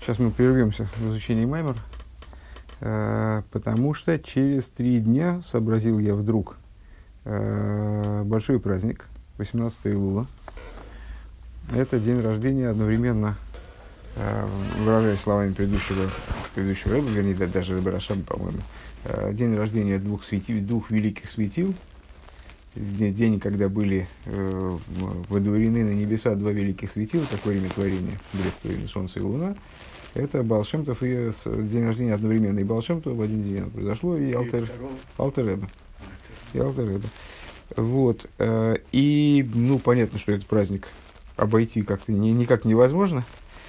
Сейчас мы прервемся в изучении Маймер, потому что через 3 дня сообразил я вдруг большой праздник, 18 Илула. Это день рождения одновременно, выражаясь словами предыдущего рэба, вернее, даже рэба Рашаба, по-моему, день рождения двух великих светил, день, когда были водворены на небеса 2 великих светила, такое время творения, были створены Солнце и Луна. Это Баал Шем Тов и день рождения одновременно и Баал Шем Тов в один день произошло, и Алтер Ребе. Вот. И, понятно, что этот праздник обойти как-то никак невозможно.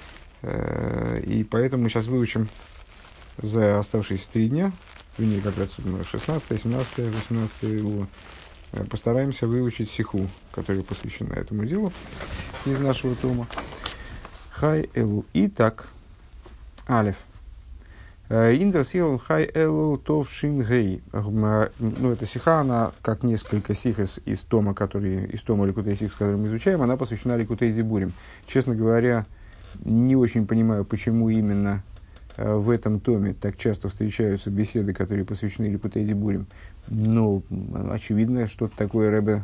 И поэтому мы сейчас выучим за оставшиеся 3 дня, вернее, как раз 16, 17, 18 Илула, постараемся выучить сиху, которая посвящена этому делу из нашего тома. Хай Элу. Итак, Алеф. Индерсил Хай Элу Тов Шин Гей. Эта сиха, она, как несколько сих из тома Ликутей Сих, с которым мы изучаем, она посвящена Ликутей Дибурим. Честно говоря, не очень понимаю, почему именно в этом томе так часто встречаются беседы, которые посвящены Ликутей Дибурим. Но очевидно, что-то такое Ребе.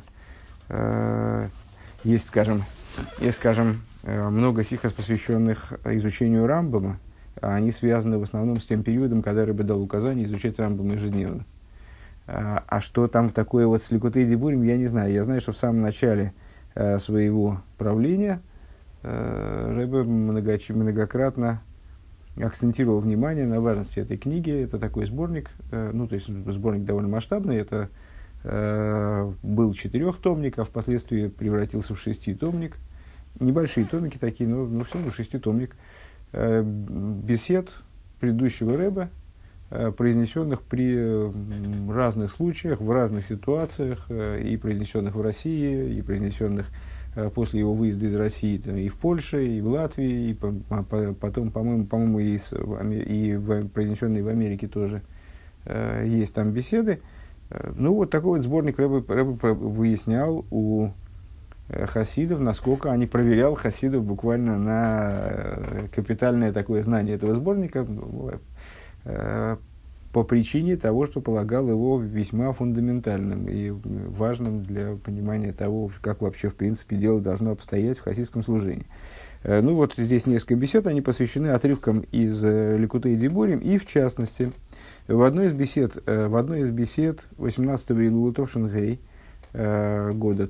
Есть, скажем, много сихос, посвященных изучению Рамбама. Они связаны в основном с тем периодом, когда Ребе дал указание изучать Рамбам ежедневно. А что там такое вот с Ликутей Дибурим, я не знаю. Я знаю, что в самом начале своего правления Ребе многократно акцентировал внимание на важности этой книги. Это такой сборник, то есть сборник довольно масштабный. Это был 4-томник, а впоследствии превратился в 6-томник. Небольшие томики такие, но все равно 6-томник. Бесед предыдущего Ребе, произнесенных при разных случаях, в разных ситуациях, и произнесенных в России, и произнесенных после его выезда из России и в Польше, и в Латвии, и потом, по-моему, и произнесенные в Америке тоже есть там беседы. Вот такой вот сборник Ребе выяснял у хасидов, насколько они проверял хасидов буквально на капитальное такое знание этого сборника по причине того, что полагал его весьма фундаментальным и важным для понимания того, как вообще в принципе дело должно обстоять в хасидском служении. Здесь несколько бесед, они посвящены отрывкам из Ликутей Дибурим, и в частности в одной из бесед 18 Илула Тов Шин Гей года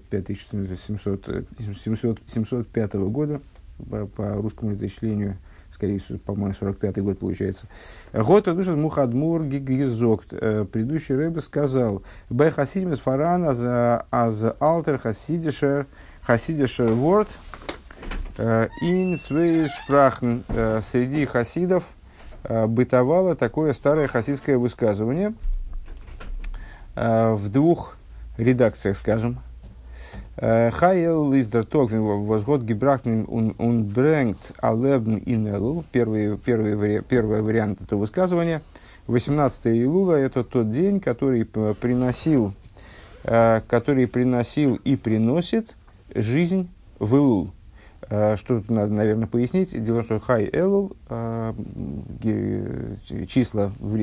5705 года, по русскому летоисчислению, скорее всего, по-моему, 45-й год получается. Год одушен Мухадмур Гигизокт. Предыдущий Ребе сказал: «Бай хасидим из фаран аз алтер хасидишер ворд ин свей шпрахн». Среди хасидов бытовало такое старое хасидское высказывание в 2 редакциях, скажем. Хайел из дер Тог возгод гибрахтен und bringt алебн ин элул. Первый вариант этого высказывания. 18 Илула — это тот день, который приносил и приносит жизнь в Илул. Что тут надо, наверное, пояснить. Дело в том, что Хай Элул, числа в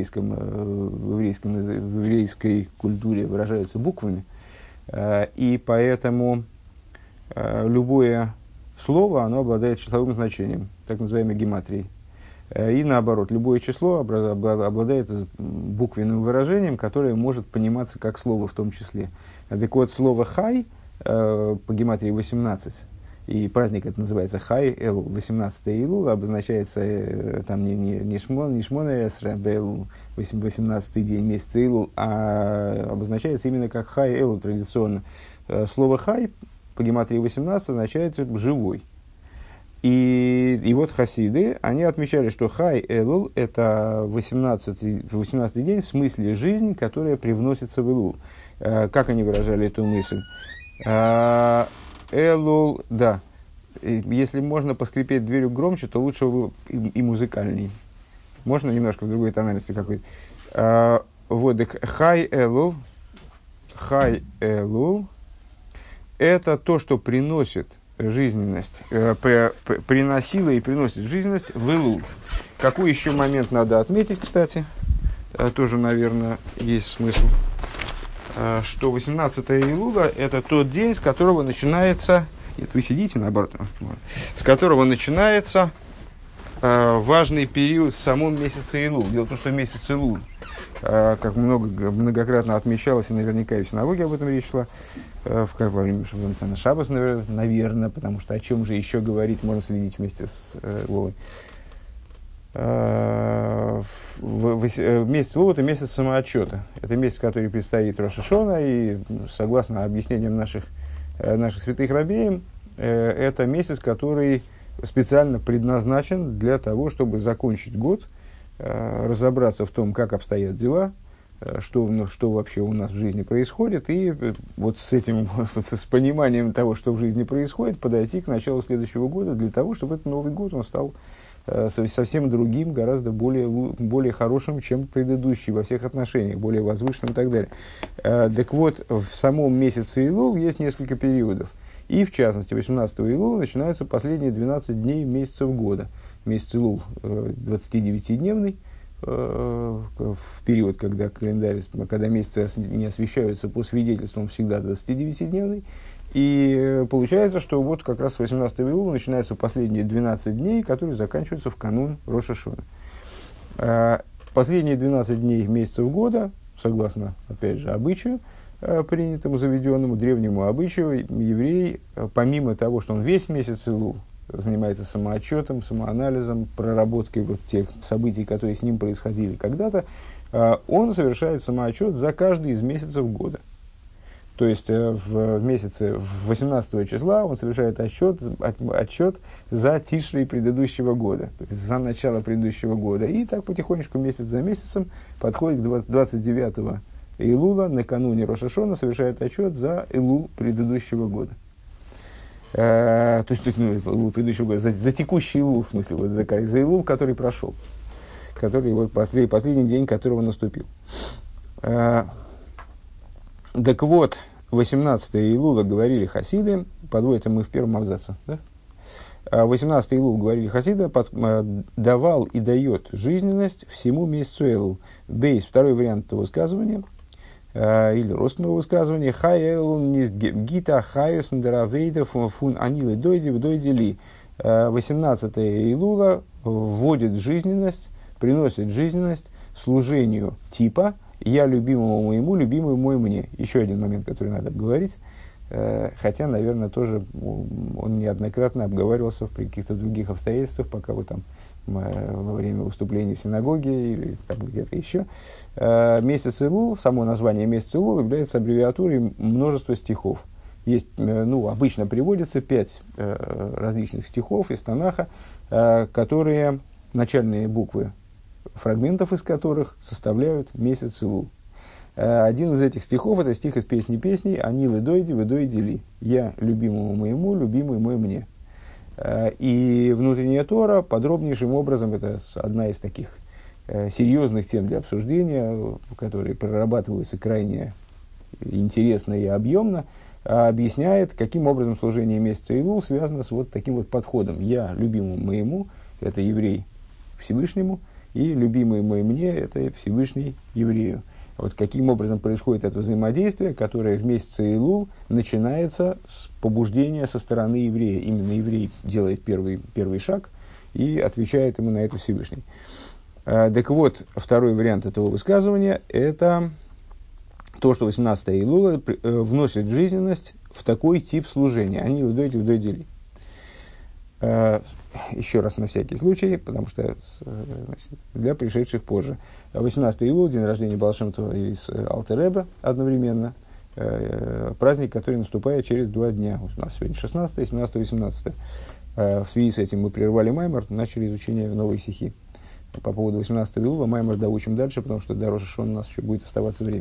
еврейской культуре выражаются буквами, и поэтому любое слово, оно обладает числовым значением, так называемой гематрией. И наоборот, любое число обладает буквенным выражением, которое может пониматься как слово в том числе. Так вот, слово «хай» по гематрии 18, и праздник это называется Хай Элул, 18 Илул, обозначается там не Шмона Эсра Бэлул, 18-й день месяца Илул, а обозначается именно как Хай Элул традиционно. Слово Хай по гематрии 18 означает живой. И вот хасиды, они отмечали, что Хай Элул — это 18-й день, в смысле жизнь, которая привносится в Илул. Как они выражали эту мысль? Элул, да. Если можно поскрипеть дверью громче, то лучше и музыкальней. Можно немножко в другой тональности какой-то. Так Хай Элул — это то, что приносит жизненность, приносила и приносит жизненность в Илул. Какой еще момент надо отметить, кстати, тоже, наверное, есть смысл, что 18 Илула – это тот день, с которого начинается, нет, вы сидите наоборот, с которого начинается важный период в самом месяце Илул. Дело в том, что месяц Илул, как многократно отмечалось, и наверняка и в синагоге об этом речь шла, во время Шаббас, наверное, потому что о чем же еще говорить, можно следить вместе с Вовой. Месяц Илул – это месяц самоотчета. Это месяц, который предстоит Рош ха-Шана, и согласно объяснениям наших святых рабеим, это месяц, который специально предназначен для того, чтобы закончить год, разобраться в том, как обстоят дела, что вообще у нас в жизни происходит, и вот с этим, с пониманием того, что в жизни происходит, подойти к началу следующего года для того, чтобы этот Новый год он стал совсем другим, гораздо более хорошим, чем предыдущий во всех отношениях, более возвышенным и так далее. Так вот, в самом месяце Илул есть несколько периодов. И, в частности, 18 Илула начинаются последние 12 дней месяцев года. Месяц Илул 29-дневный, в период, когда когда месяцы не освещаются по свидетельству, он всегда 29-дневный. И получается, что вот как раз с 18 Илула начинаются последние 12 дней, которые заканчиваются в канун Рош ха-Шана. Последние 12 дней месяцев года, согласно, опять же, обычаю, принятому, заведенному, древнему обычаю, еврей, помимо того, что он весь месяц Илул занимается самоотчетом, самоанализом, проработкой вот тех событий, которые с ним происходили когда-то, он совершает самоотчет за каждый из месяцев года. То есть в месяце 18 числа он совершает отчет за Тишрей предыдущего года, то есть за начало предыдущего года. И так потихонечку, месяц за месяцем, подходит к 29 Илула, накануне Рош ха-Шана, совершает отчет за Илул предыдущего года. То есть, Илул предыдущего года, за текущий Илул, в смысле, вот за Илул, который прошел, который вот последний день которого наступил. Так вот, 18 Илула говорили хасиды, подводят мы в первом абзаце, да? 18 Илул, говорили хасиды, давал и дает жизненность всему месяцу Илул. Бейс, второй вариант этого высказывания, или родственного высказывания, хай Илул гита хайос ндаравейда фун анилы дойди в дойди ли. 18 Илула вводит жизненность, приносит жизненность служению типа «Я любимому моему, любимый мой мне». Еще один момент, который надо обговорить, хотя, наверное, тоже он неоднократно обговаривался при каких-то других обстоятельствах, пока вы там во время выступления в синагоге или там где-то еще. Месяц Илул, само название месяц Илул является аббревиатурой множества стихов. Есть, обычно приводится 5 различных стихов из Танаха, которые, начальные буквы фрагментов из которых составляют месяц Илул. Один из этих стихов – это стих из песни песней «Анилы дойди, вы дойди ли». «Я любимому моему, любимый мой мне». И внутренняя Тора подробнейшим образом, это одна из таких серьезных тем для обсуждения, которые прорабатываются крайне интересно и объемно, объясняет, каким образом служение месяца Илул связано с вот таким вот подходом. «Я любимому моему» – это еврей Всевышнему, и любимый мой мне – это Всевышний еврею. Вот каким образом происходит это взаимодействие, которое в месяце Илул начинается с побуждения со стороны еврея. Именно еврей делает первый шаг и отвечает ему на это Всевышний. Так вот, второй вариант этого высказывания – это то, что 18 Илула вносит жизненность в такой тип служения. Они лдойте в дойдели. Еще раз на всякий случай, потому что для пришедших позже. 18 Илул, день рождения Баал Шем Това и Алтер Ребе одновременно. Праздник, который наступает через 2 дня. У нас сегодня 16, 17, 18. В связи с этим мы прервали Маймер, начали изучение новой сихи. По поводу 18 Илула Маймер доучим дальше, потому что до Рош ха-Шана у нас еще будет оставаться время.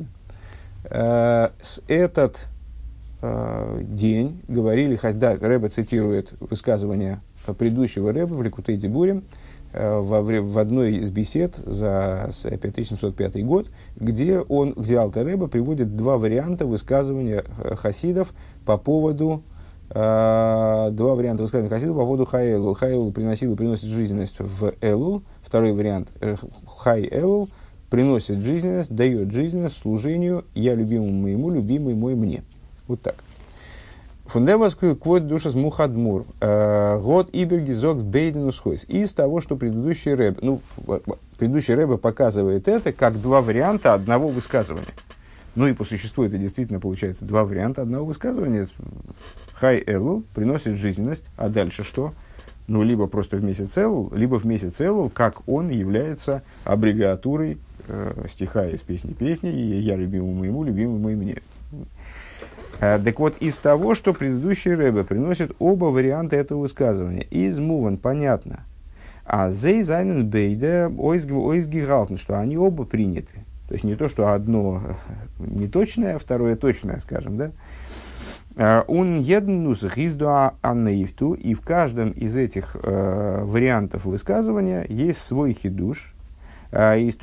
Этот день говорили, да, Ребе цитирует высказывание предыдущего Ребе в Ликутей Дибурим в одной из бесед за 5705 год, где Алтер Ребе приводит 2 варианта высказывания хасидов по поводу Два варианта высказывания Хасиду по поводу Хай Элул. Хай Элул приносил и приносит жизненность в Элул. Второй вариант Хай Элул приносит жизненность, дает жизненность служению я любимому моему, любимый мой мне. Вот так. Фундемовскую квот душа с мухадмур. Год иберги зог бейденус хойс. Из того, что предыдущий рэбе показывает это как два варианта одного высказывания. Ну и по существу это действительно получается два варианта одного высказывания. Хай Элул приносит жизненность, а дальше что? Ну, либо просто в месяц Элул, либо в месяц Элул, как он является аббревиатурой стиха из песни «Я любимому моему, любимому мой мне». Так вот, из того, что предыдущий рэбе приносит оба варианта этого высказывания, из муван понятно, а зей зайнен бейде ойсгигалтен, что они оба приняты. То есть не то, что одно неточное, а второе точное, скажем, да. Он един нусах издуа аннаифту, и в каждом из этих вариантов высказывания есть свой хидуш. Есть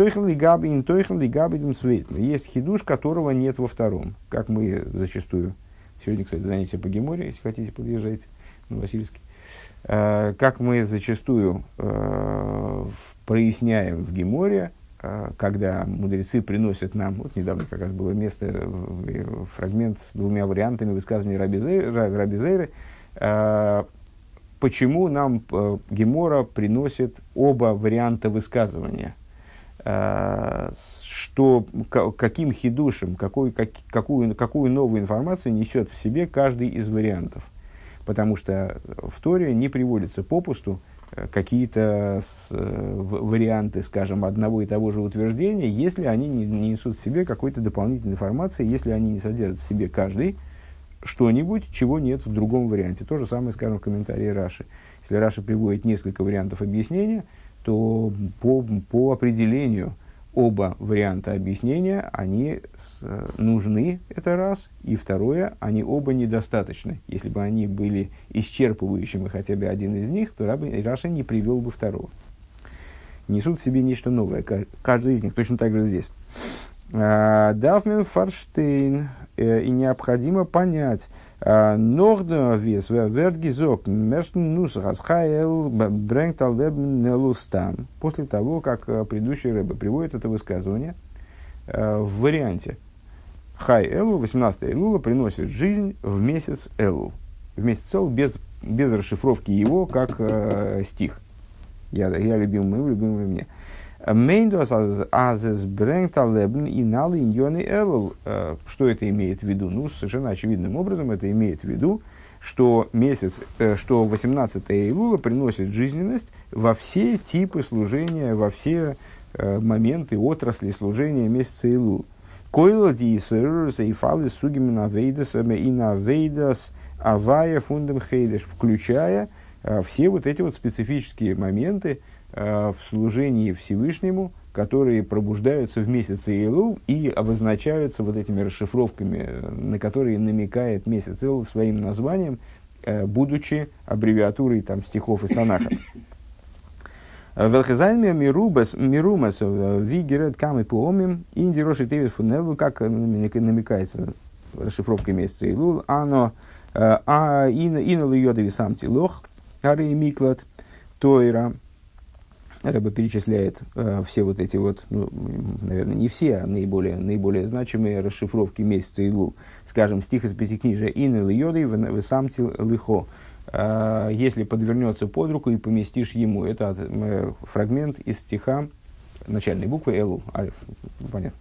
хидуш, которого нет во втором, как мы зачастую. Сегодня, кстати, занятие по геморе, если хотите, подъезжайте на Васильевский. Как мы зачастую проясняем в геморе, когда мудрецы приносят нам, вот недавно как раз было место, фрагмент с двумя вариантами высказывания Раби Зейры, почему нам гемора приносит оба варианта высказывания. Каким хидушем, какую новую информацию несет в себе каждый из вариантов. Потому что в Торе не приводятся попусту какие-то варианты, скажем, одного и того же утверждения, если они не несут в себе какой-то дополнительной информации, если они не содержат в себе каждый что-нибудь, чего нет в другом варианте. То же самое, скажем, в комментарии Раши. Если Раши приводит несколько вариантов объяснения, то по определению оба варианта объяснения, они нужны, это раз, и второе, они оба недостаточны. Если бы они были исчерпывающими хотя бы один из них, то Раши не привел бы второго. Несут в себе нечто новое, каждый из них, точно так же здесь. Дафмен Фарштейн, и необходимо понять, Норден вес вертгизок мерштен нусрас хайл брэнгт алдебн нелустам. После того, как предыдущий рэбе приводит это высказывание в варианте Хай Элул, 18 Элула, приносит жизнь в месяц Элул. В месяц Элул без расшифровки его как стих. Я любимый моему, любимый мне. Мейндос азес брэнгт алдебн и налы иньоны Элул. Что это имеет в виду? Ну, совершенно очевидным образом это имеет в виду, что 18 Элула приносит жизненность во все типы служения, во все моменты отрасли служения месяца Элул. Койла диисэрс и фалы сугим навейдас и навейдас авая фундам хейдеш, включая все вот эти вот специфические моменты в служении Всевышнему, которые пробуждаются в месяце Элул и обозначаются вот этими расшифровками, на которые намекает месяц Элул своим названием, будучи аббревиатурой там, стихов из Танаха. Велхезайме мирумас вигерет камы поомим индироши тевит фунелу, как намекается расшифровкой месяца Элул, оно инал йодови сам тилох, арей миклад, тойра. Рэбе перечисляет все вот эти вот, ну, наверное, не все, а наиболее значимые расшифровки месяца Илул. Скажем, стих из Пятикнижия «Ин йодой весамти лихо». Если подвернется под руку и поместишь ему. Это фрагмент из стиха начальной буквы Элул. Алиф, понятно.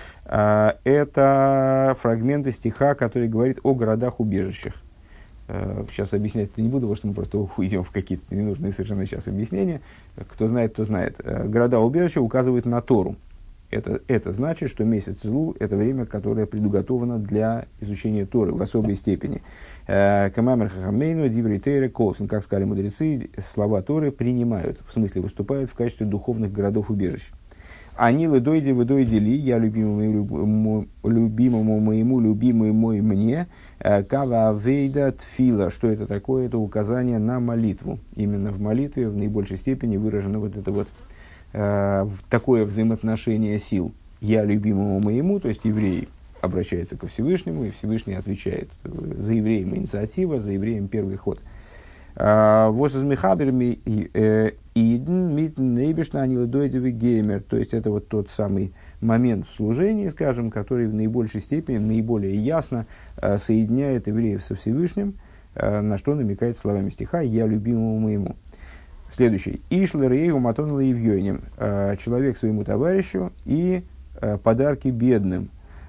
Это фрагмент из стиха, который говорит о городах-убежищах. Сейчас объяснять это не буду, потому что мы просто уйдем в какие-то ненужные совершенно сейчас объяснения. Кто знает, то знает. Города-убежища указывают на Тору. Это значит, что месяц Элул – это время, которое предуготовано для изучения Торы в особой степени. Камамер хахамейну диври тейре колсен, как сказали мудрецы, слова Торы принимают, в смысле выступают в качестве духовных городов-убежищ. Они ледойди выдойди ли, я любимому моему, любимый мой мне, кава авейда тфила. Что это такое? Это указание на молитву. Именно в молитве в наибольшей степени выражено вот это вот такое взаимоотношение сил. Я любимому моему, то есть евреи, обращается ко Всевышнему, и Всевышний отвечает. За евреем инициатива, за евреем первый ход. «Вос из михаберами иден митн нейбешна анилдойдевый геймер». То есть, это вот тот самый момент в служении, скажем, который в наибольшей степени, наиболее ясно соединяет евреев со Всевышним, на что намекает словами стиха «Я любимому моему». Следующий. «Ишлер ейгу матон лаевьёним». Человек своему товарищу и подарки бедным.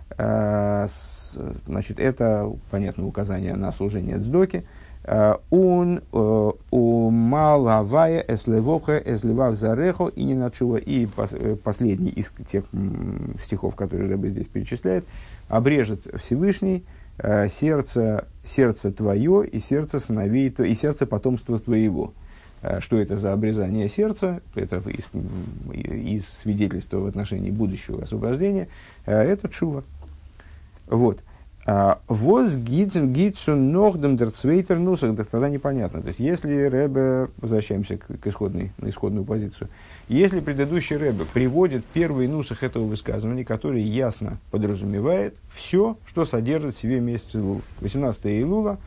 Значит, это, понятно, указание на служение цдоки. Он умалавая эслевоха эслевав зарехо и не начува. И последний из тех стихов, которые Ребе здесь перечисляет, обрежет Всевышний сердце твое и сердце сыновей, и сердце потомства твоего. Что это за обрезание сердца? Это из свидетельства в отношении будущего освобождения. Это тшува. Вот. Воз гитсун нордем дер цвейтер нусах, тогда непонятно. То есть, если Ребе, возвращаемся на исходную позицию, если предыдущий Ребе приводит первый нусах этого высказывания, который ясно подразумевает все, что содержит в себе месяц Илул. 18 Илула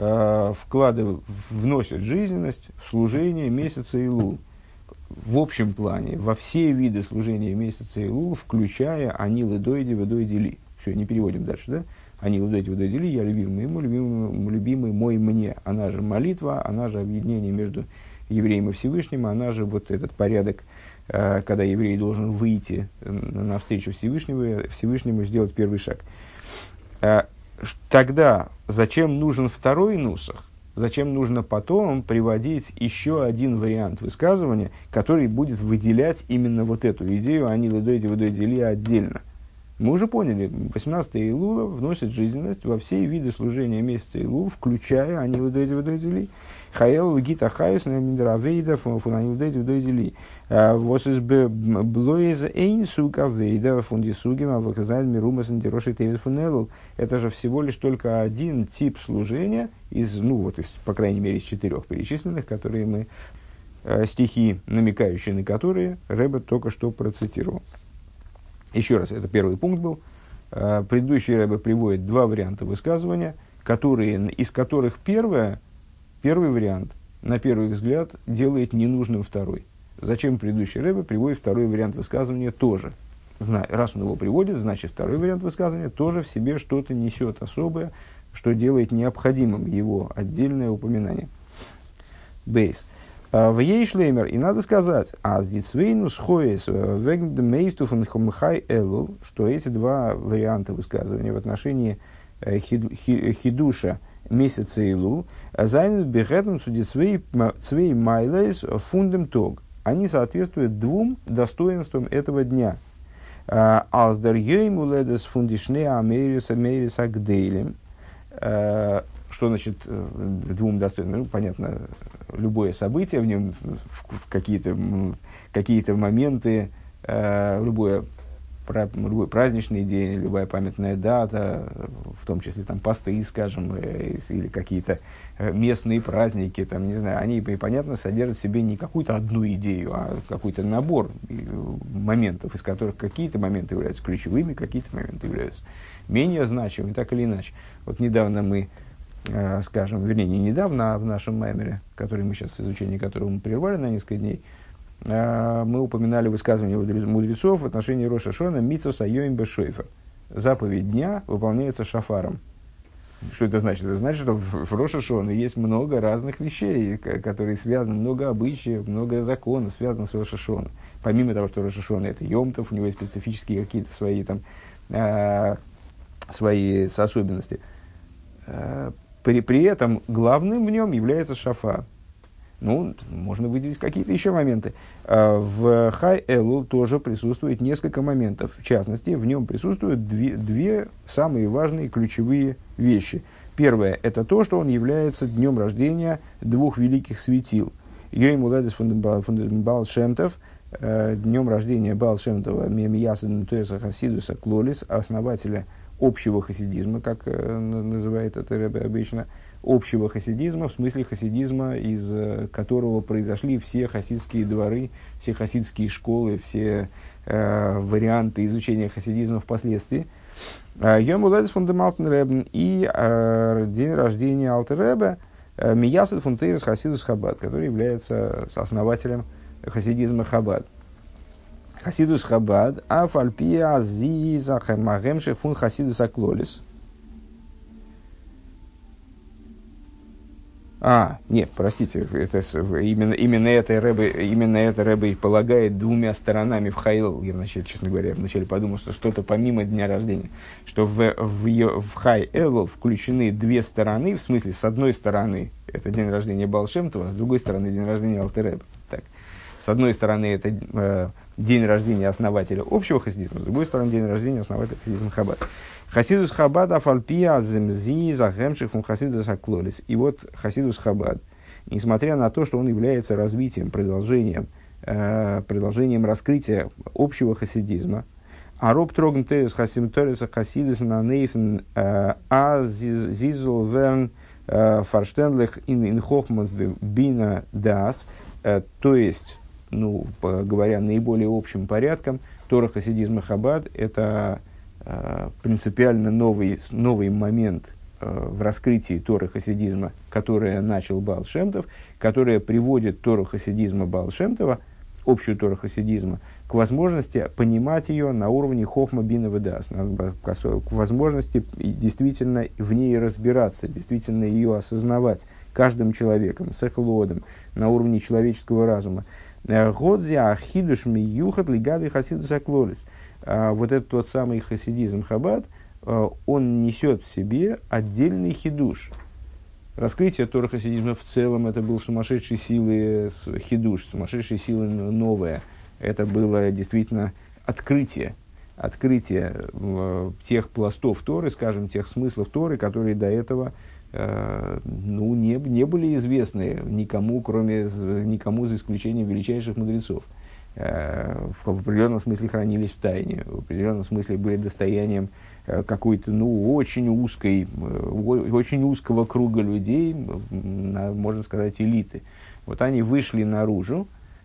вносит жизненность в служение месяца Илул. В общем плане, во все виды служения месяца Илул, включая Анилы Дойди Ведойди Ли. Все, не переводим дальше, да? Анилы Дойди Ведойди Ли, я любимый ему, любимый мой мне. Она же молитва, она же объединение между евреем и Всевышним, она же вот этот порядок, когда еврей должен выйти навстречу Всевышнему, сделать первый шаг. Тогда зачем нужен второй нусах? Зачем нужно потом приводить еще один вариант высказывания, который будет выделять именно вот эту идею «Анилы Дойди Ведойди Ли» отдельно? Мы уже поняли, 18 Илула вносит жизненность во все виды служения месяца Илул, включая Анилы Дойди Ведойди Ли. Хаэл гита хайс на мидравейда фун Анилы Дойди Ведойди Ли. Вос из блоиз эйн сука вейда фун дисугима ваказаль мирумас антироши тевит фун элул. Это же всего лишь только один тип служения из, по крайней мере, из 4 перечисленных, которые мы, стихи, намекающие на которые, Ребе только что процитировал. Еще раз, это первый пункт был. Предыдущий Ребе приводит 2 варианта высказывания, из которых первый вариант, на первый взгляд, делает ненужным второй. Зачем предыдущий Ребе приводит второй вариант высказывания тоже? Раз он его приводит, значит, второй вариант высказывания тоже в себе что-то несет особое, что делает необходимым его отдельное упоминание. Бейс. В Ейшлеймер, и надо сказать, а с Дицвейну схоес вегндемейсту фон хомхай элул, что эти 2 варианта высказывания в отношении хидуша месяца Илул, зайнут бегетом судицвей майлейс фундем тог. Они соответствуют 2 достоинствам этого дня. Алсдер йойму ледес фундишне америс агдейлем. Что значит 2 достоинствам? Понятно, любое событие в нем, какие-то моменты, любой праздничный день, любая памятная дата, в том числе там посты, скажем, или какие-то местные праздники, там, не знаю, они, понятно, содержат в себе не какую-то одну идею, а какой-то набор моментов, из которых какие-то моменты являются ключевыми, какие-то моменты являются менее значимыми, так или иначе. Вот недавно мы, скажем, вернее, не недавно, а в нашем маймере, который мы сейчас, изучение которого мы прервали на несколько дней, мы упоминали высказывание мудрецов в отношении Роша Шона «Митцвос айоим бешойфер». Заповедь дня выполняется шафаром. Что это значит? Это значит, что в Роша Шона есть много разных вещей, которые связаны, много обычаев, много законов, связанных с Роша Шона. Помимо того, что Роша Шона это Йом-Тов, у него есть специфические какие-то свои, свои особенности. При этом главным в нем является шафар. Можно выделить какие-то еще моменты. В Хай Элул тоже присутствует несколько моментов. В частности, в нем присутствуют две самые важные ключевые вещи. Первое – это то, что он является днем рождения 2 великих светил. Йоим Уладес Баал Шем Тов, днем рождения Баал Шем Това Мемияса Нтуэса Хасидуса Клолис, основателя общего хасидизма, как называет это Ребе обычно, общего хасидизма, в смысле хасидизма, из которого произошли все хасидские дворы, все хасидские школы, все варианты изучения хасидизма впоследствии. Йом уледес фун дем Алтен Ребен и день рождения Алтер Ребе Миясад фун Тейрес Хасидус Хабад, который является основателем хасидизма Хабад. Хасидус Хабад, афальпия зиза хэмагэмших фун Хасидус Аклолис. Нет, простите, именно это Рэбе полагает двумя сторонами в Хайлел. Я вначале, честно говоря, подумал, что что-то помимо дня рождения, что в Хайлел включены две стороны, в смысле, с одной стороны это день рождения Баал Шем Това, с другой стороны день рождения Алтер Ребе. Так. С одной стороны это день рождения основателя общего хасидизма, с другой стороны день рождения основателя хасидизма Хабад. Хасидус Хабад афальпия земзи захемших фун Хасидус Аклолис. И вот Хасидус Хабад, несмотря на то, что он является развитием, продолжением раскрытия общего хасидизма, ароб трогн терес хасим терес хасидус на нейфен зизул верн фарштенлих ин хохман бина дас, то есть, говоря наиболее общим порядком, Тора хасидизма Хабад – это принципиально новый момент в раскрытии Торы хасидизма, которое начал Баал Шем Тов, которое приводит Тору хасидизма Баал Шем Това, общую Тору хасидизма, к возможности понимать ее на уровне хохма бина вдас, к возможности действительно в ней разбираться, действительно ее осознавать каждым человеком, сехлодом, на уровне человеческого разума. Годзи ахидуш миюхат лигави хасидус аклолис. Вот этот тот самый хасидизм Хабад, он несет в себе отдельный хидуш. Раскрытие Торы хасидизма в целом это был сумасшедшей силы хидуш, сумасшедшей силы новое. Это было действительно открытие тех пластов Торы, скажем, тех смыслов Торы, которые до этого не были известны никому за исключением величайших мудрецов. В определенном смысле хранились в тайне, в определенном смысле были достоянием какой-то очень узкого круга людей, можно сказать, элиты. Вот они вышли наружу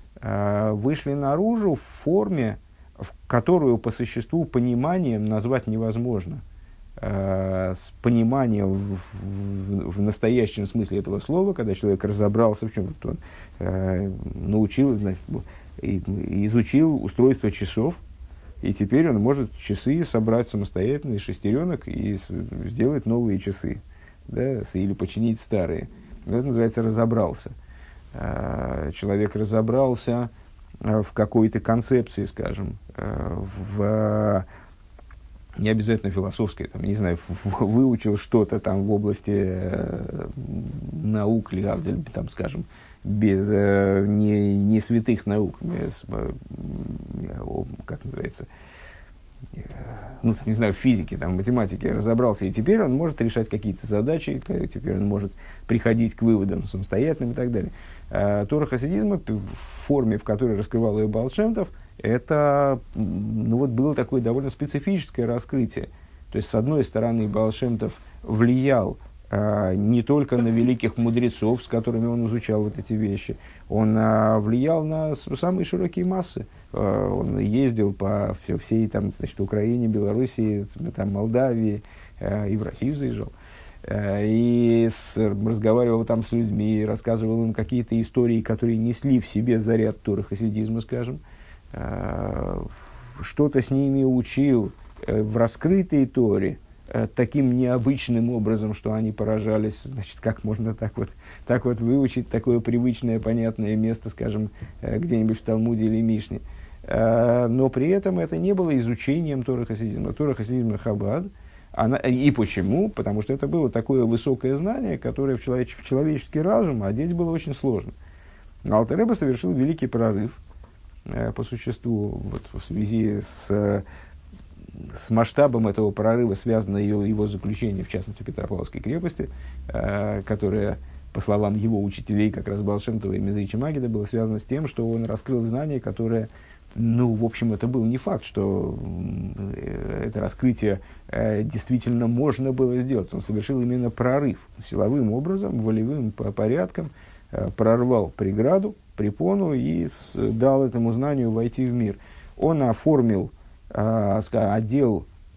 в форме, которую по существу пониманием назвать невозможно. С пониманием в настоящем смысле этого слова, когда человек разобрался в чем-то, он научил, изучил устройство часов, и теперь он может часы собрать самостоятельно из шестеренок и сделать новые часы, да, или починить старые. Это называется разобрался. Человек разобрался в какой-то концепции, скажем, не обязательно философской, выучил что-то там в области наук, или, скажем, без не святых наук, как называется, физики, математики разобрался, и теперь он может решать какие-то задачи, теперь он может приходить к выводам самостоятельным и так далее. Тора хасидизма в форме, в которой раскрывал ее Баал Шем Тов, это было такое довольно специфическое раскрытие. То есть, с одной стороны, Баал Шем Тов влиял не только на великих мудрецов, с которыми он изучал вот эти вещи, он влиял на самые широкие массы. Он ездил по всей Украине, Белоруссии, Молдавии, и в Россию заезжал. И разговаривал там с людьми, рассказывал им какие-то истории, которые несли в себе заряд Торы хасидизма, скажем. Что-то с ними учил в раскрытой Торе таким необычным образом, что они поражались, как можно так вот выучить такое привычное, понятное место, скажем, где-нибудь в Талмуде или Мишне. Но при этом это не было изучением Торы хасидизма. Тора хасидизма Хабад. И почему? Потому что это было такое высокое знание, которое в человеческий разум одеть было очень сложно. Алтер Ребе совершил великий прорыв по существу в связи с масштабом этого прорыва связано его заключение, в частности, в Петропавловской крепости, которое, по словам его учителей, как раз Баал Шем Това и Мезрича Магида, было связано с тем, что он раскрыл знание, которое, в общем, это был не факт, что это раскрытие действительно можно было сделать. Он совершил именно прорыв силовым образом, волевым порядком, прорвал преграду, препону и дал этому знанию войти в мир. Он оформил, одел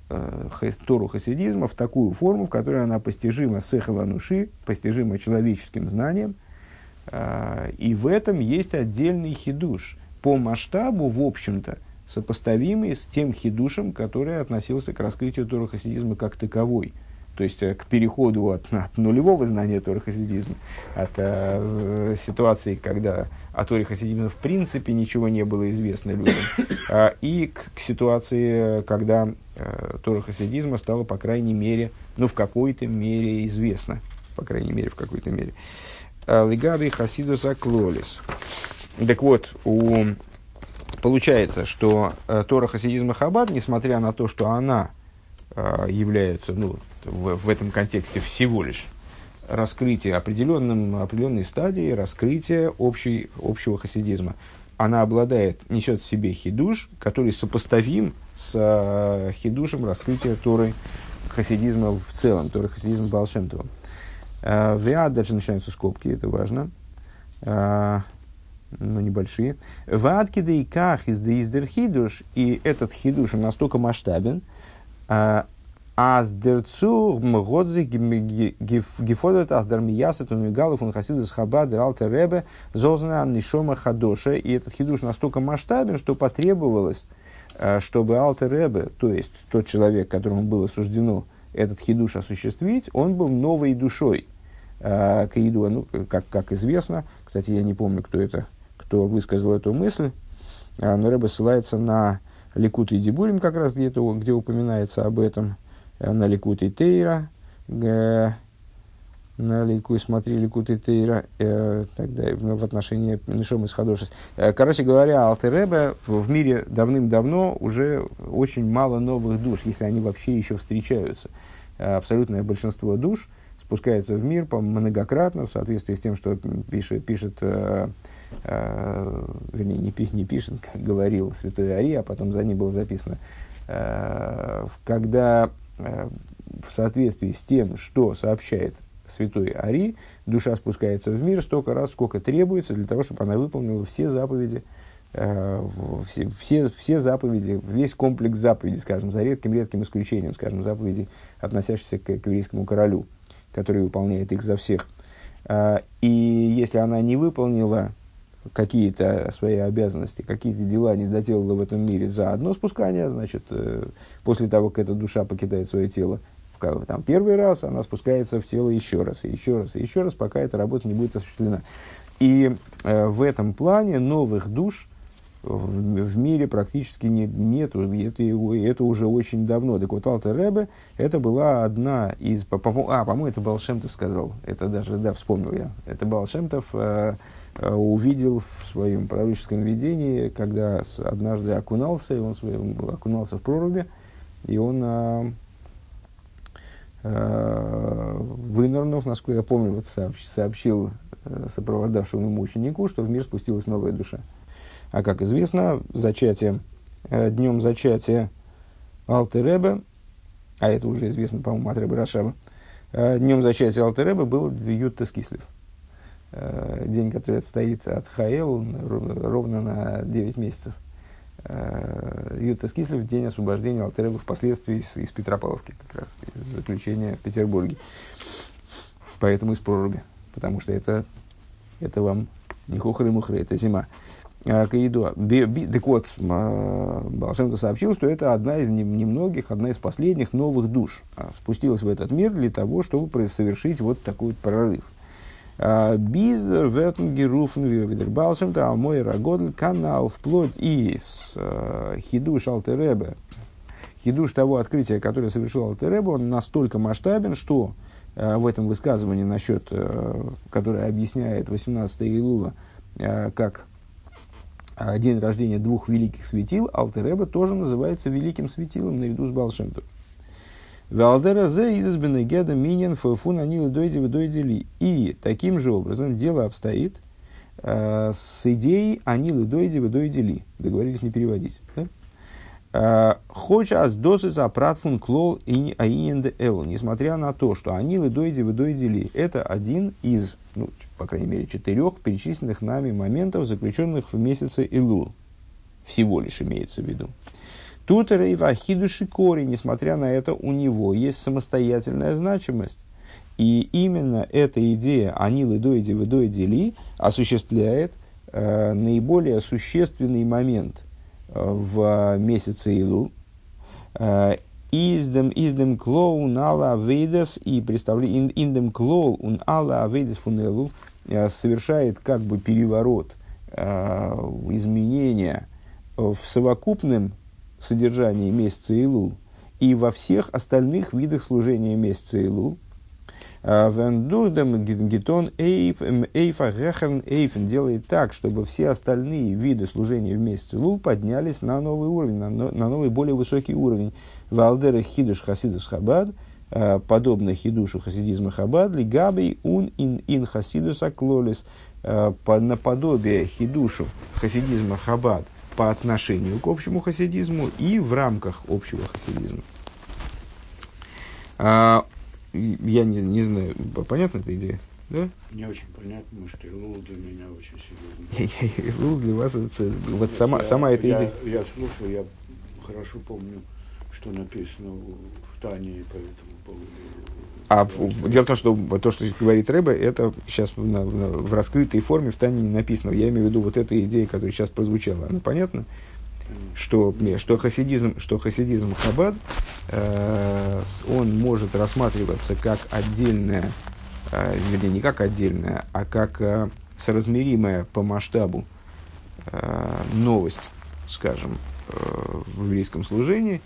Тору хасидизма в такую форму, в которой она постижима сехел ануши, постижима человеческим знанием. И в этом есть отдельный хидуш, по масштабу, в общем-то, сопоставимый с тем хидушем, который относился к раскрытию Торы хасидизма как таковой. То есть к переходу от нулевого знания Торы хасидизма, от ситуации, когда о Торе хасидизма в принципе ничего не было известно людям, и к ситуации, когда Тора хасидизма стала, по крайней мере, в какой-то мере известна. По крайней мере, в какой-то мере. Лигаби хасидуса клолис. Так вот, получается, что Тора хасидизма Хаббат, несмотря на то, что она является, в этом контексте всего лишь раскрытие определенной стадии раскрытия общего хасидизма, она несет в себе хидуш, который сопоставим с хидушем раскрытия Торы хасидизма в целом, Торы хасидизма Баал Шем Това. Дальше начинаются скобки, это важно, но небольшие. Ваадки да иках из да издер хидуш, и этот хидуш он настолько масштабен, аз дерцу мгодзи гифодет аз дармиясет умигалов он хасидус хабад ралте ребе зозна нишома хадоша, и этот хидуш настолько масштабен, что потребовалось, чтобы Алтер Ребе, то есть тот человек, которому было суждено этот хидуш осуществить, он был новой душой. Каиду, как известно, кстати, я не помню, кто высказал эту мысль, но Ребе ссылается на Ликут и Дибурим, как раз где упоминается об этом, на Ликут и Тейра, смотри Ликут и Тейра, тогда в отношении Нишом из Хадошес. Короче говоря, Алтер Ребе в мире давным-давно уже очень мало новых душ, если они вообще еще встречаются. Абсолютное большинство душ спускается в мир многократно, в соответствии с тем, что пишет вернее, не пишет, как говорил святой Ари, а потом за ним было записано, когда в соответствии с тем, что сообщает святой Ари, душа спускается в мир столько раз, сколько требуется для того, чтобы она выполнила все заповеди, все заповеди, весь комплекс заповедей, скажем, за редким исключением, скажем, заповедей, относящихся к еврейскому королю, который выполняет их за всех. И если она не выполнила какие-то свои обязанности, какие-то дела не доделала в этом мире за одно спускание, значит, после того, как эта душа покидает свое тело, там, первый раз она спускается в тело еще раз, и еще раз, и еще раз, пока эта работа не будет осуществлена. И в этом плане новых душ в мире практически нету, это уже очень давно. Так вот, Алтер Ребе, это была одна из... По-моему, это Баал Шем Тов сказал, это даже, вспомнил я, это Баал Шем Тов увидел в своем пророческом видении, когда однажды окунался в проруби, и он, вынырнув, насколько я помню, сообщил сопровождавшему ему ученику, что в мир спустилась новая душа. А как известно, днем зачатия Алтер Ребе, а это уже известно, по-моему, от Ребе Рашаба, днем зачатия Алтер Ребе был Ют Тес Кислев. День, который отстоит от Хаэл ровно на 9 месяцев. Ют Тес Кислев, день освобождения Алтер Ребе впоследствии из Петропавловки, как раз из заключения в Петербурге. Поэтому из проруби, потому что это вам не хухры-мухры, это зима. Каиду. Так вот, Баал Шем Тов сообщил, что это одна из немногих, одна из последних новых душ. Спустилась в этот мир для того, чтобы совершить вот такой вот прорыв. Бизер вертенгеруфен вивидер Баал Шем Тов мой рагодль канал вплоть из хидуш Алтер Ребе, хидуш того открытия, которое совершил Алтер Ребе, он настолько масштабен, что в этом высказывании насчет, которое объясняет 18 Илула как день рождения двух великих светил, Алтер Ребе тоже называется великим светилом наряду с Баал Шем Тов. И таким же образом дело обстоит с идеей анилы дойди вы дойдели. Договорились не переводить. Хоча досыс апратфун клол аиненде эл. Несмотря на то, что анилы дойди вы дойдели, это один из, по крайней мере, 4 перечисленных нами моментов, заключенных в месяце Илул. Всего лишь имеется в виду. Тут рейва хидуши кори, несмотря на это, у него есть самостоятельная значимость. И именно эта идея «анил идоиди в идоиди ли» осуществляет наиболее существенный момент в месяце Илул. Издем клоу нала авейдес и представляет индем клоу ун ала авейдес фунелу совершает как бы переворот, изменения в совокупном содержании месяца Илул и во всех остальных видах служения месяца Илул. Вендурдем гитон эйфа гехерн эйфен делает так, чтобы все остальные виды служения в месяц Илул поднялись на новый уровень, на новый, более высокий уровень. Валдера хидуш хасидус хабад, подобно хидушу хасидизма хабад, лигабей ун ин хасидус аклолис, наподобие хидушу хасидизма хабад по отношению к общему хасидизму и в рамках общего хасидизма. Я не знаю, понятна эта идея? Да? Не очень понятно, потому что Илул для меня очень серьезно. Илул для вас, вот сама эта идея. Я слушал, я хорошо помню, что написано в Тане по этому поводу. Дело в том, что то, что говорит Ребе, это сейчас в раскрытой форме в Тане не написано. Я имею в виду вот эта идея, которая сейчас прозвучала. Она понятна? Что хасидизм Хабад, он может рассматриваться как отдельная, вернее, не как отдельная, а как соразмеримая по масштабу новость, скажем, в еврейском служении,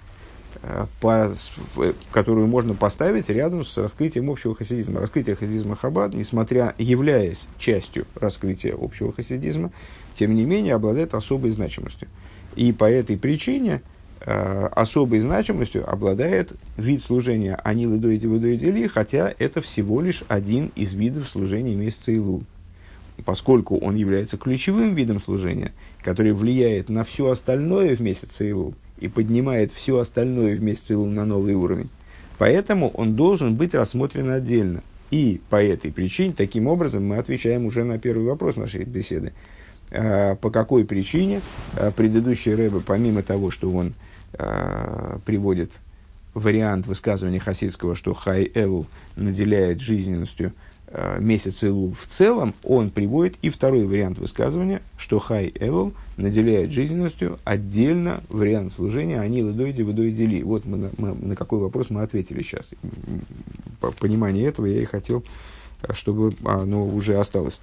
которую можно поставить рядом с раскрытием общего хасидизма. Раскрытие хасидизма Хабад, являясь частью раскрытия общего хасидизма, тем не менее обладает особой значимостью. И по этой причине особой значимостью обладает вид служения анил идоиди в идоиди ли, хотя это всего лишь один из видов служения месяца Илул. Поскольку он является ключевым видом служения, который влияет на все остальное в месяце Илул и поднимает все остальное в месяц Илул на новый уровень, поэтому он должен быть рассмотрен отдельно. И по этой причине, таким образом, мы отвечаем уже на первый вопрос нашей беседы. По какой причине предыдущий Ребе, помимо того, что он приводит вариант высказывания хасидского, что Хай Элул наделяет жизненностью месяц Элул в целом, он приводит и второй вариант высказывания, что Хай Элул наделяет жизненностью отдельно вариант служения анил идоиди в идоиди ли. Вот на какой вопрос мы ответили сейчас. По пониманию этого я и хотел, чтобы оно уже осталось.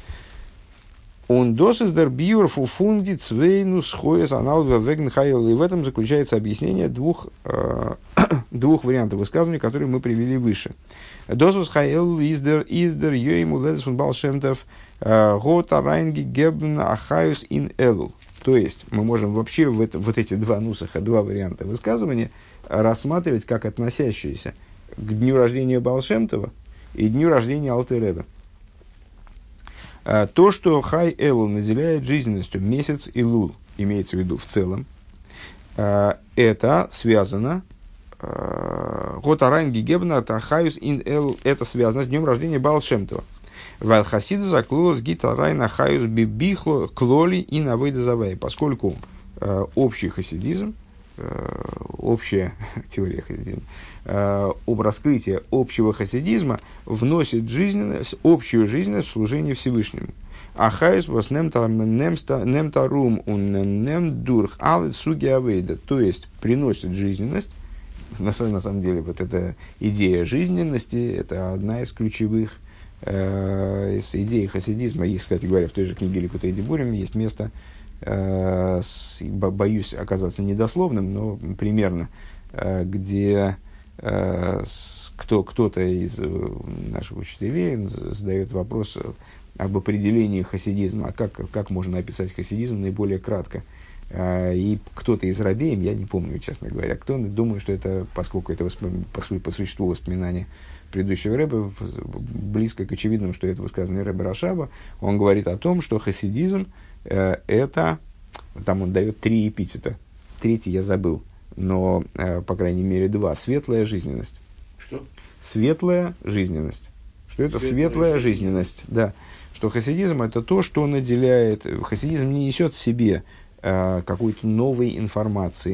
Он досиздер биур фуфунди цвейну схоес аналога вегн хайл. И в этом заключается объяснение двух вариантов высказываний, которые мы привели выше. Досус хайл издер йоиму ледес фун балшемтов гота райнги гебн ахаюс ин элу. То есть мы можем вообще вот эти два нусаха, два варианта высказывания рассматривать как относящиеся к дню рождения Балшемтова и дню рождения Алтер Ребе. То, что Хай Элул наделяет жизненностью месяц Илул, имеется в виду в целом, это связано Готарайн Гигебна Тахаюс Ин Элул, это связано с днем рождения Баал Шем Това. Вайл Хасиду заклулась Гитарайн Ахаюс Бибихло Клоли и Навейда Завей, поскольку общий хасидизм, общая теория хасидизма, об раскрытии общего хасидизма вносит жизненность, общую жизненность в служение Всевышнему. Ахайс вас немтарум ун немдурх алит суги авейда, то есть приносит жизненность. На самом деле вот эта идея жизненности – это одна из ключевых идей хасидизма. Есть, кстати говоря, в той же книге Ликутей Дибурим есть место, боюсь оказаться недословным, но примерно, где кто-то из наших учителей задает вопрос об определении хасидизма, как можно описать хасидизм наиболее кратко. И кто-то из рабеем, я не помню, честно говоря, кто, думаю, что это, поскольку это по существу воспоминания предыдущего рэба, близко к очевидному, что это высказывание рэба Рашаба, он говорит о том, что хасидизм это, там он дает 3 эпитета, третий я забыл, но, по крайней мере, 2. Светлая жизненность. Что? Светлая жизненность. Что это светлая жизненность? Да. Что хасидизм это то, что наделяет... Хасидизм не несет в себе какой-то новой информации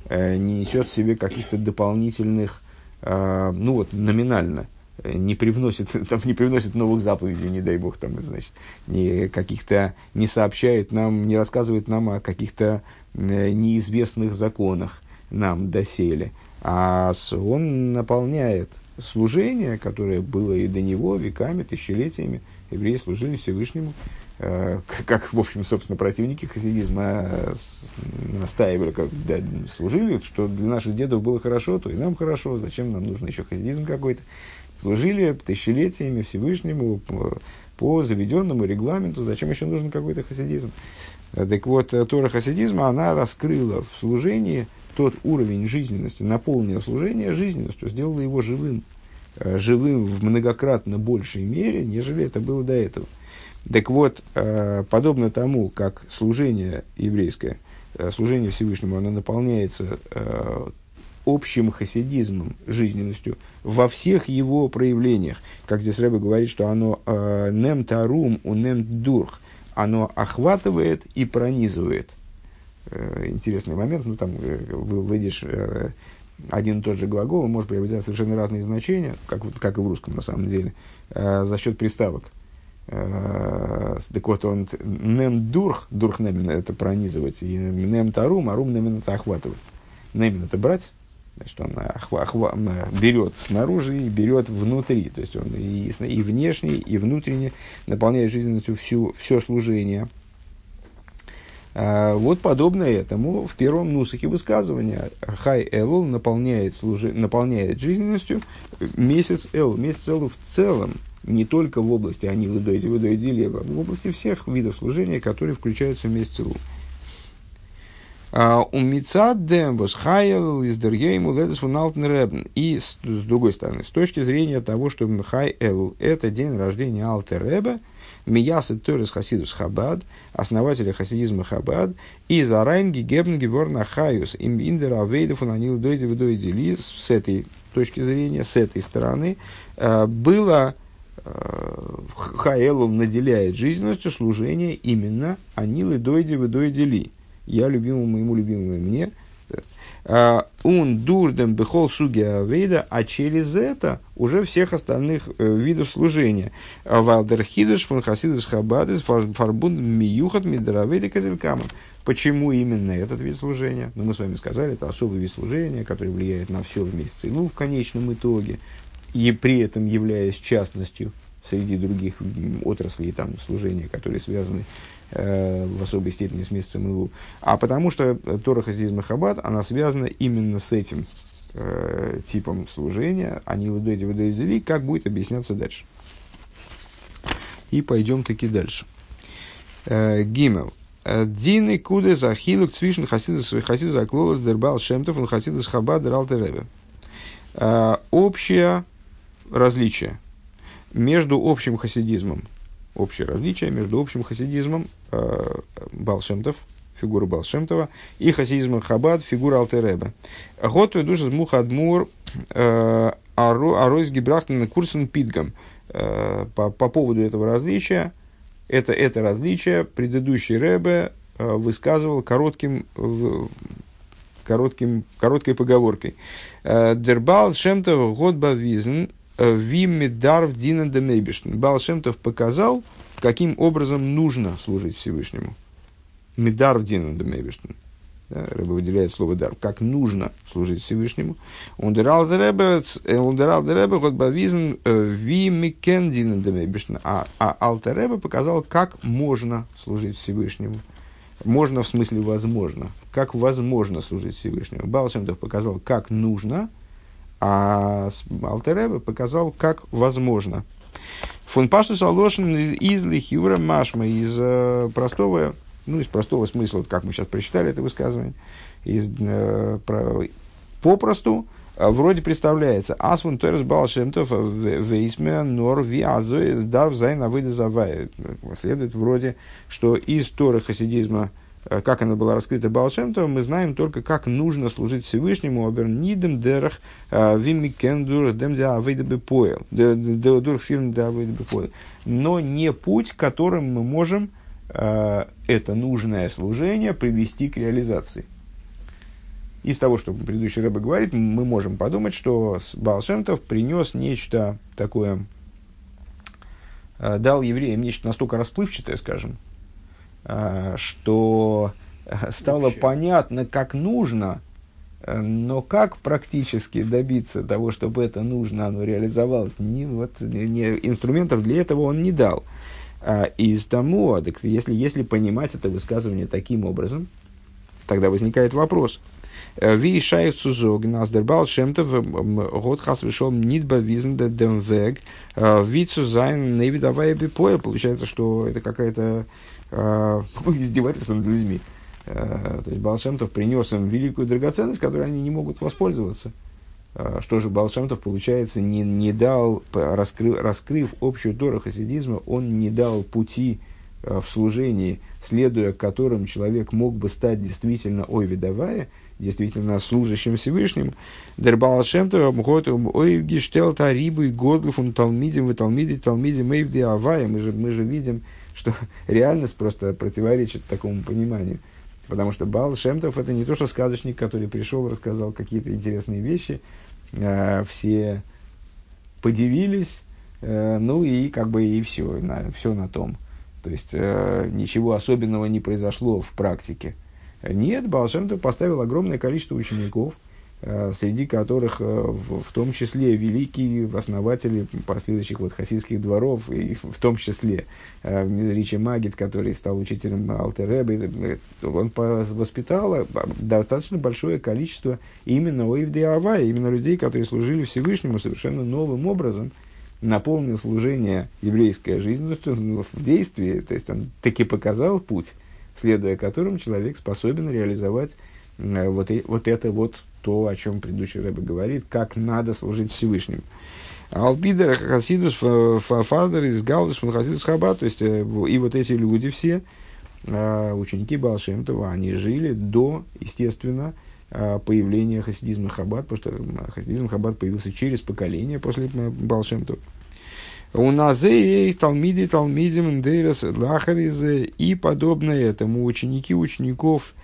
не несет в себе каких-то дополнительных, номинально, не привносит новых заповедей, не дай бог, значит, не сообщает нам, не рассказывает нам о каких-то неизвестных законах нам доселе, а он наполняет служение, которое было и до него веками, тысячелетиями. Евреи служили Всевышнему, как, в общем, собственно, противники хасидизма настаивали, служили, что для наших дедов было хорошо, то и нам хорошо, зачем нам нужен еще хасидизм какой-то. Служили тысячелетиями Всевышнему по заведенному регламенту, зачем еще нужен какой-то хасидизм. Так вот, Тора хасидизма, она раскрыла в служении тот уровень жизненности, наполнила служение жизненностью, сделала его живым в многократно большей мере, нежели это было до этого. Так вот, подобно тому, как служение еврейское, служение Всевышнему, оно наполняется общим хасидизмом, жизненностью, во всех его проявлениях. Как здесь Ребе говорит, что оно нем тарум у нем дурх, оно охватывает и пронизывает. Интересный момент, выйдешь один и тот же глагол, он может приобретать совершенно разные значения, как и в русском на самом деле, за счет приставок. Так вот, он нем дурх немен это пронизывать, и нем тарум, арум немен это охватывать. Немен это брать, значит, он берет снаружи и берет внутри, то есть он и внешне, и внутренне наполняет жизненностью все служение. Вот подобно этому в первом нусахе высказывания Хай Элул наполняет жизненностью месяц Элул. Месяц Элул в целом, не только в области Анилы Дойди Дойди Лева, в области всех видов служения, которые включаются в месяц Элул. И с другой стороны, с точки зрения того, что Хай Элул это день рождения Алтер Ребе, Миясы Торис Хасидус Хабад, основателя хасидизма Хабад, и Зарайнги Гебн Геворна Хаюс, им Индер Авейдов Анил Дойди Дойди Лиз, с этой точки зрения, с этой стороны, было Хаэлу наделяет жизненностью служение именно Анилы Дойди Дойди Ли. Я любимому моему, любимому мне. Он дурдем бехол суги авейда, а через это уже всех остальных видов служения. Валдерхидыш фон хасидус хабадис фарбунд миюхат мидравейда казелькаман. Почему именно этот вид служения? Мы с вами сказали, это особый вид служения, который влияет на все в месяц Илул в конечном итоге, и при этом являясь частностью среди других отраслей служения, которые связаны в особой степени с месяцем Илул, а потому что Тора хасидизма Хабад, она связана именно с этим типом служения, Анилы Дойди Дойди Ли, как будет объясняться дальше. И пойдем таки дальше. Гимел. Дины куды захилук цвишн хасидус аклолос дербал шемтов он хасидус Хабад дер Алтер Ребе. Общее различие между общим хасидизмом, Баал Шем Тов, фигура Баал Шем Това, и хасидизмом Хабад, фигура Алтер Ребе. Готовый душ из Мухадмур Аройс Гибрахтен Курсен Питгам. По поводу этого различия, это различие предыдущий Ребе высказывал короткой поговоркой. Дербал Шем Тов Годба Визен Виммидарв Дина Демейбишн. Баал Шем Тов показал, каким образом нужно служить Всевышнему. Мидарв Дина Демейбишн. Ребе выделяет слово дар. Как нужно служить Всевышнему. Ундерал Ребе Годба Визен Виммикен Дина Демейбишн. А Алтер Ребе показал, как можно служить Всевышнему. Можно в смысле возможно. Как возможно служить Всевышнему. Баал Шем Тов показал, как нужно, а Алтер Ребе показал, как возможно. Фон Паштус Алошин из Лихиура Машма, из простого смысла, как мы сейчас прочитали это высказывание, попросту, вроде представляется, Асвун Торес Баал Шем Тов Вейсме Нор Виазой Дарв Зайн Авыда Завай. Следует вроде, что из Торы хасидизма, как она была раскрыта Баал Шем Товом, мы знаем только, как нужно служить Всевышнему, обернидем дерах вимикендур демдя авейда бепоэл, дур фирм да авейда бепоэл. Но не путь, которым мы можем это нужное служение привести к реализации. из того, что предыдущий Рэбе говорит, мы можем подумать, что Баал Шем Тов принес нечто такое, дал евреям нечто настолько расплывчатое, скажем, что стало понятно, как нужно, но как практически добиться того, чтобы это нужно, оно реализовалось, инструментов для этого он не дал. Из тому, если понимать это высказывание таким образом, тогда возникает вопрос. Wie scheich zu sagen, als der Baal Shem Tov Gott has вышел nicht bewiesen dem Weg, wie zu sein невидавая бипоя. Получается, что это какая-то издевательство над людьми. То есть Баал Шем Тов принес им великую драгоценность, которой они не могут воспользоваться. Что же Баал Шем Тов, получается, не дал, раскрыв общую Тору хасидизма, он не дал пути в служении, следуя которым человек мог бы стать действительно ойвидавая, действительно служащим Всевышним. Der Baal Shem Tov hat gestellt рибу и годлу фун талмидим и талмидим эйвди авая. Мы же видим, что реальность просто противоречит такому пониманию. Потому что Баал Шем Тов это не то, что сказочник, который пришел, рассказал какие-то интересные вещи, все подивились, ну и как бы и все, все на том. То есть ничего особенного не произошло в практике. Нет, Баал Шем Тов поставил огромное количество учеников, среди которых в том числе великие основатели последующих хасидских дворов, и в том числе Ричи Магид, который стал учителем Алтер Ребе, он воспитал достаточно большое количество именно оивдей авая, именно людей, которые служили Всевышнему совершенно новым образом, наполнил служение еврейская жизнь в действии, то есть он таки показал путь, следуя которым человек способен реализовать вот это то, о чем предыдущий Рэбе говорит, как надо служить Всевышнему. Албидер Хасидус Фардер из Галдус Хасидус Хаббат, то есть и вот эти люди все, ученики Баал Шем Това, они жили до, естественно, появления хасидизма Хаббат, потому что хасидизм Хаббат появился через поколение после Баал Шем Това. У нас талмиди талмидим дейрас лахаризе, и подобное этому ученики учеников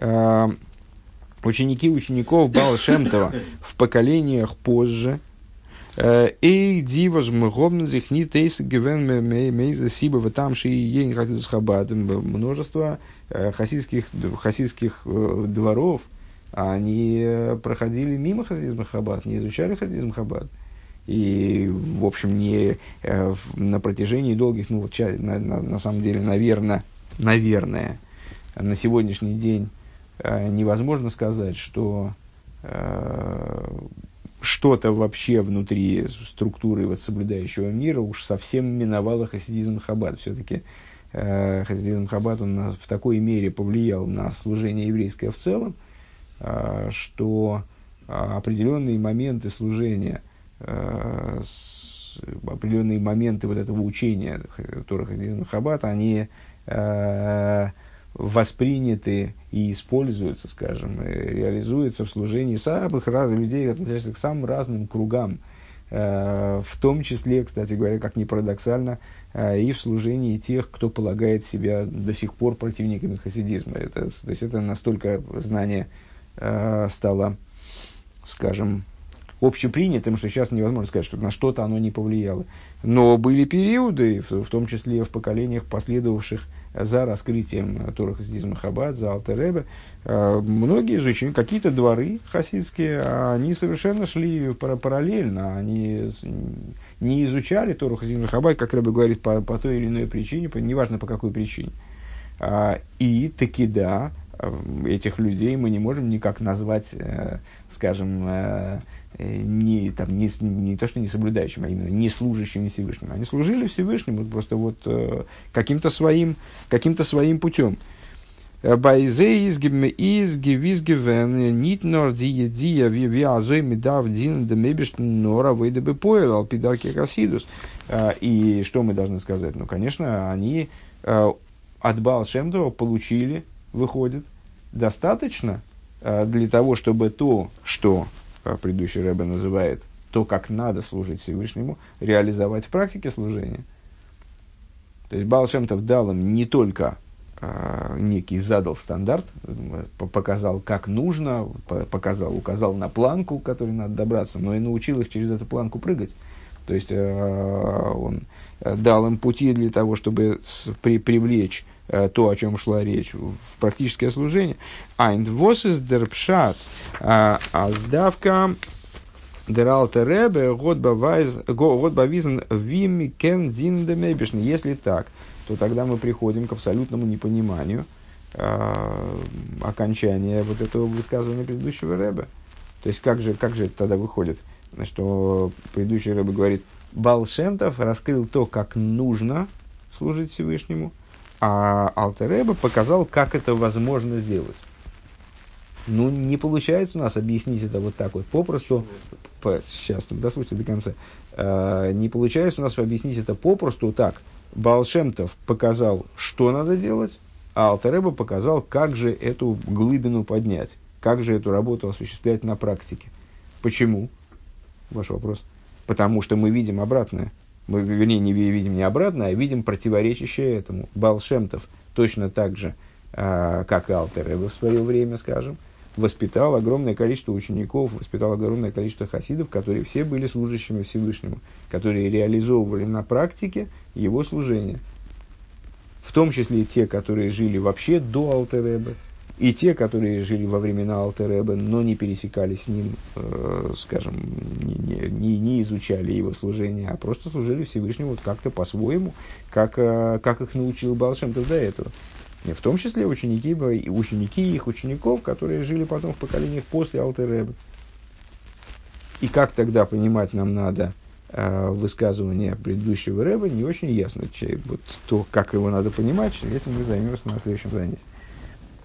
Баал Шем Това в поколениях позже. И дивоз мгобн зихни тейс гивен мейза сибова там ши ейн хасидус Хаббат. Множество хасидских дворов, они проходили мимо хасидизма Хаббат, не изучали хасидизм Хаббат. И, в общем, не на протяжении долгих, на самом деле, наверное, на сегодняшний день невозможно сказать, что что-то вообще внутри структуры соблюдающего мира уж совсем миновало хасидизм Хаббат. Все-таки хасидизм Хаббат, он в такой мере повлиял на служение еврейское в целом, что определенные моменты служения, определенные моменты вот этого учения Торы хасидизма Хаббат, они восприняты и используются, скажем, реализуются в служении самых разных людей, относящихся к самым разным кругам, в том числе, кстати говоря, как ни парадоксально, и в служении тех, кто полагает себя до сих пор противниками хасидизма. То есть это настолько знание стало, скажем, общепринятым, что сейчас невозможно сказать, что на что-то оно не повлияло. Но были периоды, в том числе в поколениях, последовавших за раскрытием Торы хасидизма Хаббат, за Алтер Ребе, многие из учеников, какие-то дворы хасидские, они совершенно шли параллельно, они не изучали Тору хасидизма Хаббат, как Ребе говорит, по той или иной причине, неважно по какой причине. И таки да, этих людей мы не можем никак назвать, скажем, не то, что не соблюдающим, а именно не служащим Всевышнему. Они служили Всевышнему просто каким-то своим путем. Байзе из гевизгевен нит нор диедия виазой медав дин демебиш нора выдабы поэл алпидарки хасидус. И что мы должны сказать? Ну, конечно, они от Баал Шем Това получили, выходит, достаточно для того, чтобы то, что предыдущий Ребе называет то, как надо служить Всевышнему, реализовать в практике служения. То есть Баал Шем Това дал им не только некий задал стандарт, показал, как нужно, указал на планку, к которой надо добраться, но и научил их через эту планку прыгать. То есть он дал им пути для того, чтобы привлечь то, о чем шла речь, в практическое служение. Ein was ist der Pshat als Davka der alte Rebbe Gott bewiesen wie wir kennen Din dem Eibishn. Если так, то тогда мы приходим к абсолютному непониманию окончания вот этого высказывания предыдущего Ребе. То есть, как же это тогда выходит? Что предыдущий Ребе говорит, Баал Шем Тов раскрыл то, как нужно служить Всевышнему, а Алтер Ребе показал, как это возможно сделать. Ну, не получается у нас объяснить это вот так вот попросту. Сейчас, дослушайте до конца. Не получается у нас объяснить это попросту так. Баал Шем Тов показал, что надо делать, а Алтер Ребе показал, как же эту глубину поднять, как же эту работу осуществлять на практике. Почему? Ваш вопрос. Потому что мы видим обратное. Мы, вернее, не видим не обратное, а видим противоречащее этому. Баал Шем Тов точно так же, как и Алтер Ребе в свое время, скажем, воспитал огромное количество учеников, воспитал огромное количество хасидов, которые все были служащими Всевышнему, которые реализовывали на практике его служение. В том числе и те, которые жили вообще до Алтер Ребе, и те, которые жили во времена Алтер Ребе, но не пересекались с ним, скажем, не изучали его служение, а просто служили Всевышнему вот как-то по-своему, как их научил Баал Шем Тов до этого. В том числе ученики их учеников, которые жили потом в поколениях после Алтер Ребе. И как тогда понимать нам надо высказывание предыдущего Ребе, не очень ясно. Вот то, как его надо понимать, этим мы займемся на следующем занятии.